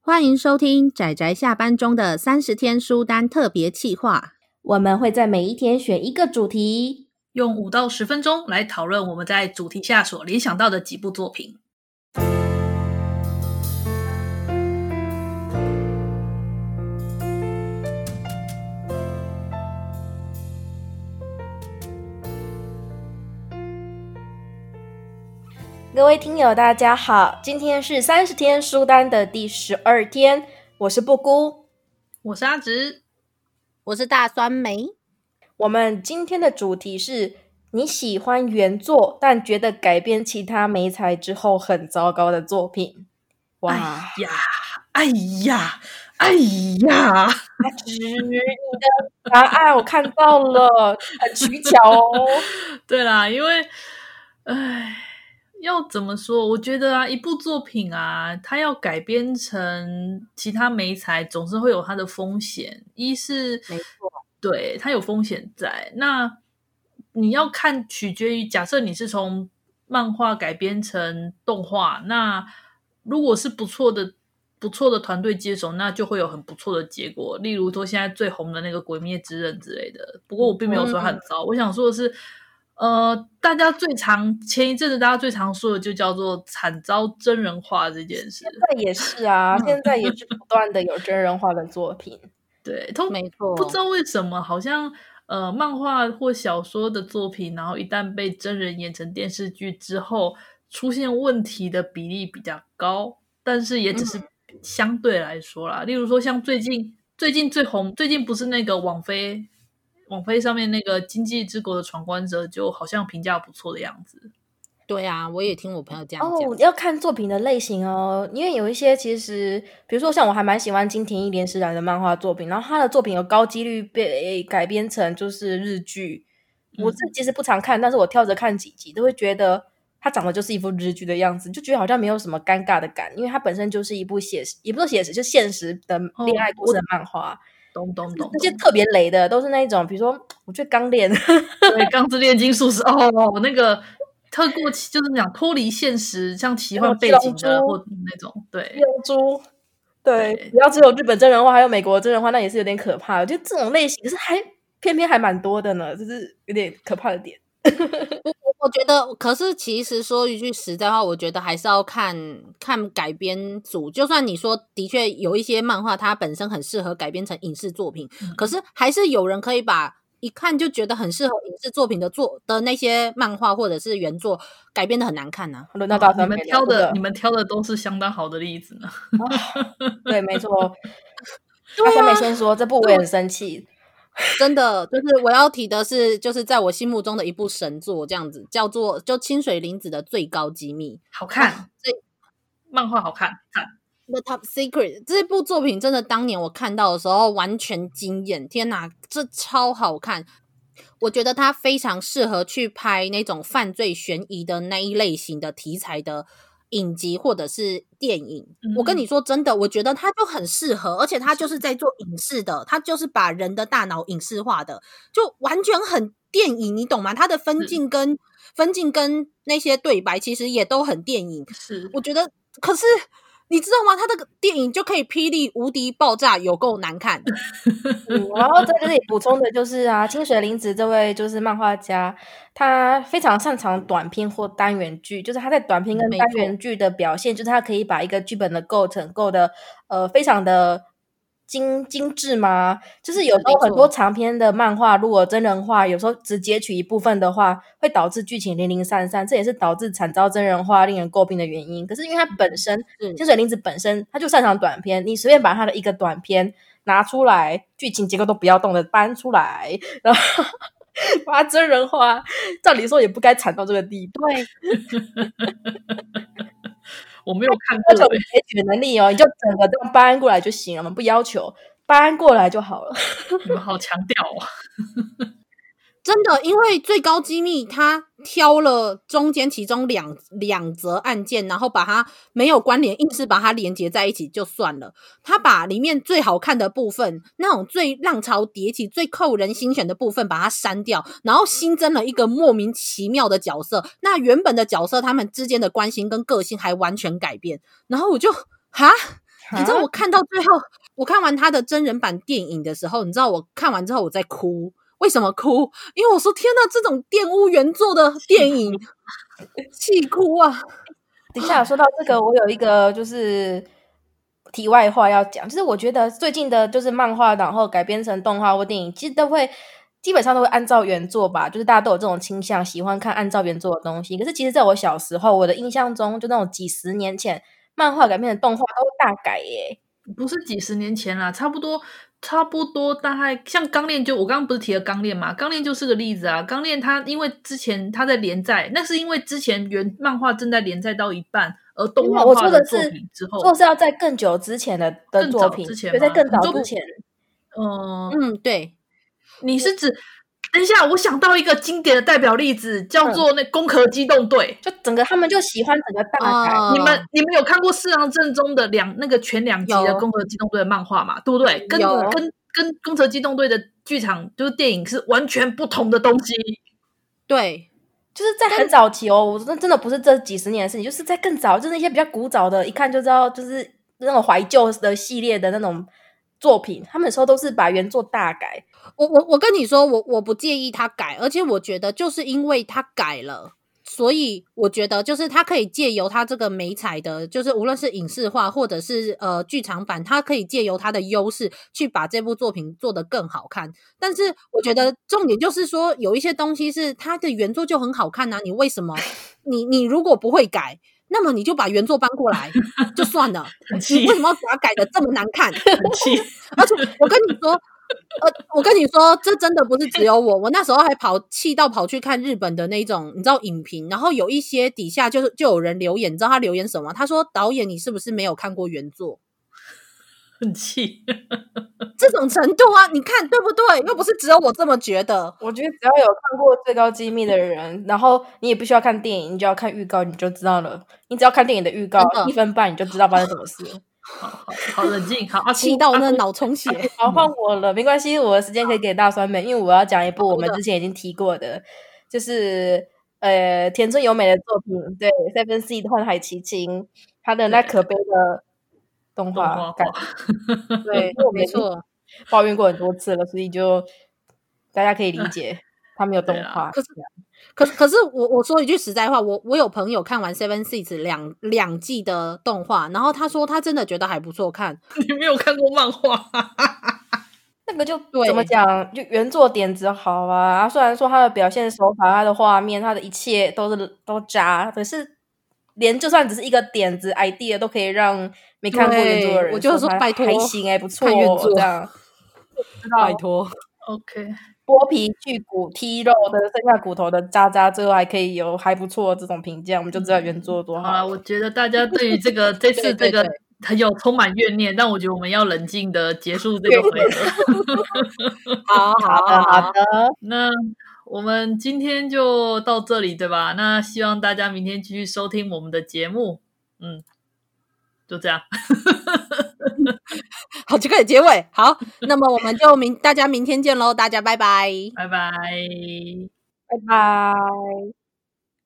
欢迎收听宅宅下班中的30天书单特别企划。 我们会在每一天选一个主题， 用5到10分钟来讨论我们在主题下所联想到的几部作品。 各位听友大家好，今天是30天书单的第12天，我是布姑， 我是阿直， 我是大酸梅。 我们今天的主题是你喜欢原作但觉得改编其他媒材之后很糟糕的作品。哇， 哎呀，阿直，你的答案我看到了，很取巧哦。 对啦，因为要怎么说，我觉得一部作品它要改编成其他媒材总是会有它的风险。一是没错， 对，它有风险在，那你要看取决于，假设你是从漫画改编成动画，那如果是不错的团队接手，那就会有很不错的结果。例如说现在最红的那个《鬼灭之刃》之类的，不过我并没有说它很糟，我想说的是前一阵子大家最常说的就叫做惨遭真人化这件事。 现在也是啊，现在也是不断的有真人化的作品。 对， 没错， 不知道为什么好像漫画或小说的作品，然后一旦被真人演成电视剧之后，出现问题的比例比较高，但是也只是相对来说啦。例如说像最近最红，最近不是那个网飞上面那个《经济之国的闯关者》就好像评价不错的样子。 对啊，我也听我朋友这样讲。 要看作品的类型哦，因为有一些其实，比如说像我还蛮喜欢金田一莲师郎的漫画作品，然后他的作品有高几率被改编成就是日剧。我自己其实不常看，但是我挑着看几集，都会觉得它长得就是一副日剧的样子，就觉得好像没有什么尴尬的感，因为它本身就是一部写实，也不是写实，就现实的恋爱故事的漫画。 懂。 那些特别雷的都是那一种，比如说我觉得钢炼， 对，钢之炼金术师那个特过就是讲脱离现实，像奇幻背景的或那种，对， 七龙珠，对，不要只有日本真人化，还有美国真人化，那也是有点可怕。我觉得这种类型是偏偏还蛮多的呢，就是有点可怕的点。 我觉得，可是其实说一句实在话，我觉得还是要看改编组。就算你说的确有一些漫画，它本身很适合改编成影视作品，可是还是有人可以把一看就觉得很适合影视作品的那些漫画或者是原作改编的很难看呢。 你们挑的都是相当好的例子呢。 对，没错。阿三美先说，这部我也很生气。 真的，就是我要提的是，就是在我心目中的一部神作，这样子叫做就清水玲子的《最高机密》， 好看，漫画好看。 The Top Secret 这部作品真的当年我看到的时候完全惊艳，天哪，这超好看！我觉得它非常适合去拍那种犯罪悬疑的那一类型的题材的影集或者是电影。我跟你说真的，我觉得它就很适合，而且它就是在做影视的，它就是把人的大脑影视化的，就完全很电影，你懂吗？它的分镜跟那些对白其实也都很电影。 是， 我觉得，可是你知道吗？他这个电影就可以霹雳无敌爆炸，有够难看。 然后在这里补充的就是清水玲子这位就是漫画家，他非常擅长短篇或单元剧，就是他在短篇跟单元剧的表现，就是他可以把一个剧本的构成构的非常的精致吗？就是有时候很多长篇的漫画如果真人化，有时候只截取一部分的话，会导致剧情零零散散，这也是导致惨遭真人化令人诟病的原因。可是因为他本身清水玲子本身他就擅长短篇，你随便把他的一个短篇拿出来，剧情结构都不要动的搬出来，然后把它真人化，照理说也不该惨到这个地步。 对。 我没有看过， 要求你截取能力哦，你就整个这样搬过来就行了，我们不要求搬过来就好了。 你们好强调真的，因为最高机密他挑了中间其中两则案件，然后把它没有关联，硬是把它连接在一起就算了。他把里面最好看的部分，那种最浪潮迭起、最扣人心弦的部分把它删掉，然后新增了一个莫名其妙的角色。那原本的角色他们之间的关系跟个性还完全改变，然后我就你知道我看到最后，我看完他的真人版电影的时候，你知道我看完之后我在哭，为什么哭？因为我说天哪，这种玷污原作的电影，气哭啊！ 等一下说到这个，我有一个就是题外话要讲，就是我觉得最近的就是漫画，然后改编成动画或电影，其实基本上都会按照原作吧，就是大家都有这种倾向，喜欢看按照原作的东西。可是其实在我小时候，我的印象中，就那种几十年前漫画改编的动画都会大改耶。 不是几十年前啦，差不多，大概像钢炼我刚刚不是提了钢炼嘛？钢炼就是个例子啊。钢炼它因为之前它在连载，那是因为之前原漫画正在连载到一半，而动画化的作品之后， 我是要在更久之前的作品， 对， 在更早之前。 对， 你是指？等一下，我想到一个经典的代表例子，叫做那《攻壳机动队》， 就整个他们就喜欢整个大改。 你们有看过四郎正宗的全2集的《攻壳机动队》的漫画嘛？对不对？跟《攻壳机动队》的剧场就是电影是完全不同的东西。 对， 就是在很早期哦，我真的不是这几十年的事情，就是在更早，就是那些比较古早的，一看就知道就是那种怀旧的系列的那种作品，他们有时候都是把原作大改。 我跟你说，我不介意他改，而且我觉得就是因为他改了，所以我觉得就是他可以借由他这个媒材的，就是无论是影视化或者是剧场版，他可以借由他的优势去把这部作品做得更好看。但是我觉得重点就是说，有一些东西是他的原作就很好看啊，你为什么你如果不会改，那么你就把原作搬过来就算了，你为什么要把它改得这么难看？ 很气！ 而且我跟你说，这真的不是只有我。我那时候还气到跑去看日本的那种，你知道影评，然后有一些底下就有人留言，你知道他留言什么？他说：“导演，你是不是没有看过原作？” 很气， 这种程度啊，你看对不对？又不是只有我这么觉得。 我觉得只要有看过《最高机密》的人，然后你也不需要看电影，你就要看预告，你就知道了。你只要看电影的预告1分半，你就知道发生什么事了。 好冷静，好， 气到那脑充血。 好，换我了，没关系，我的时间可以给大酸梅，因为我要讲一部我们之前已经提过的，就是田村由美的作品，对 Seven Seed 幻海奇情，他的那可悲的动画改，对， 没错， 抱怨过很多次了，所以就大家可以理解他没有动画。 可是我说一句实在话，我有朋友看完 Seven Seeds 两季的动画，然后他说他真的觉得还不错看。 你没有看过漫画？ 那个就怎么讲，就原作点子好啊。虽然说他的表现手法、他的画面、他的一切都渣，可是就算只是一个点子 idea 都可以让没看过原作的人， 我就说拜托还行不错， 看原作这样。 拜托 ，OK。 剥皮去骨剔肉的剩下骨头的渣，最后还可以有还不错这种评价，我们就知道原作多好。 好了，我觉得大家对于这次这个很有充满怨念，但我觉得我们要冷静的结束这个回合。 好的， 那我们今天就到这里，对吧？那希望大家明天继续收听我们的节目。就这样。 好奇怪的结尾。好，那么我们就大家明天见喽，大家拜拜， 拜拜， 拜拜。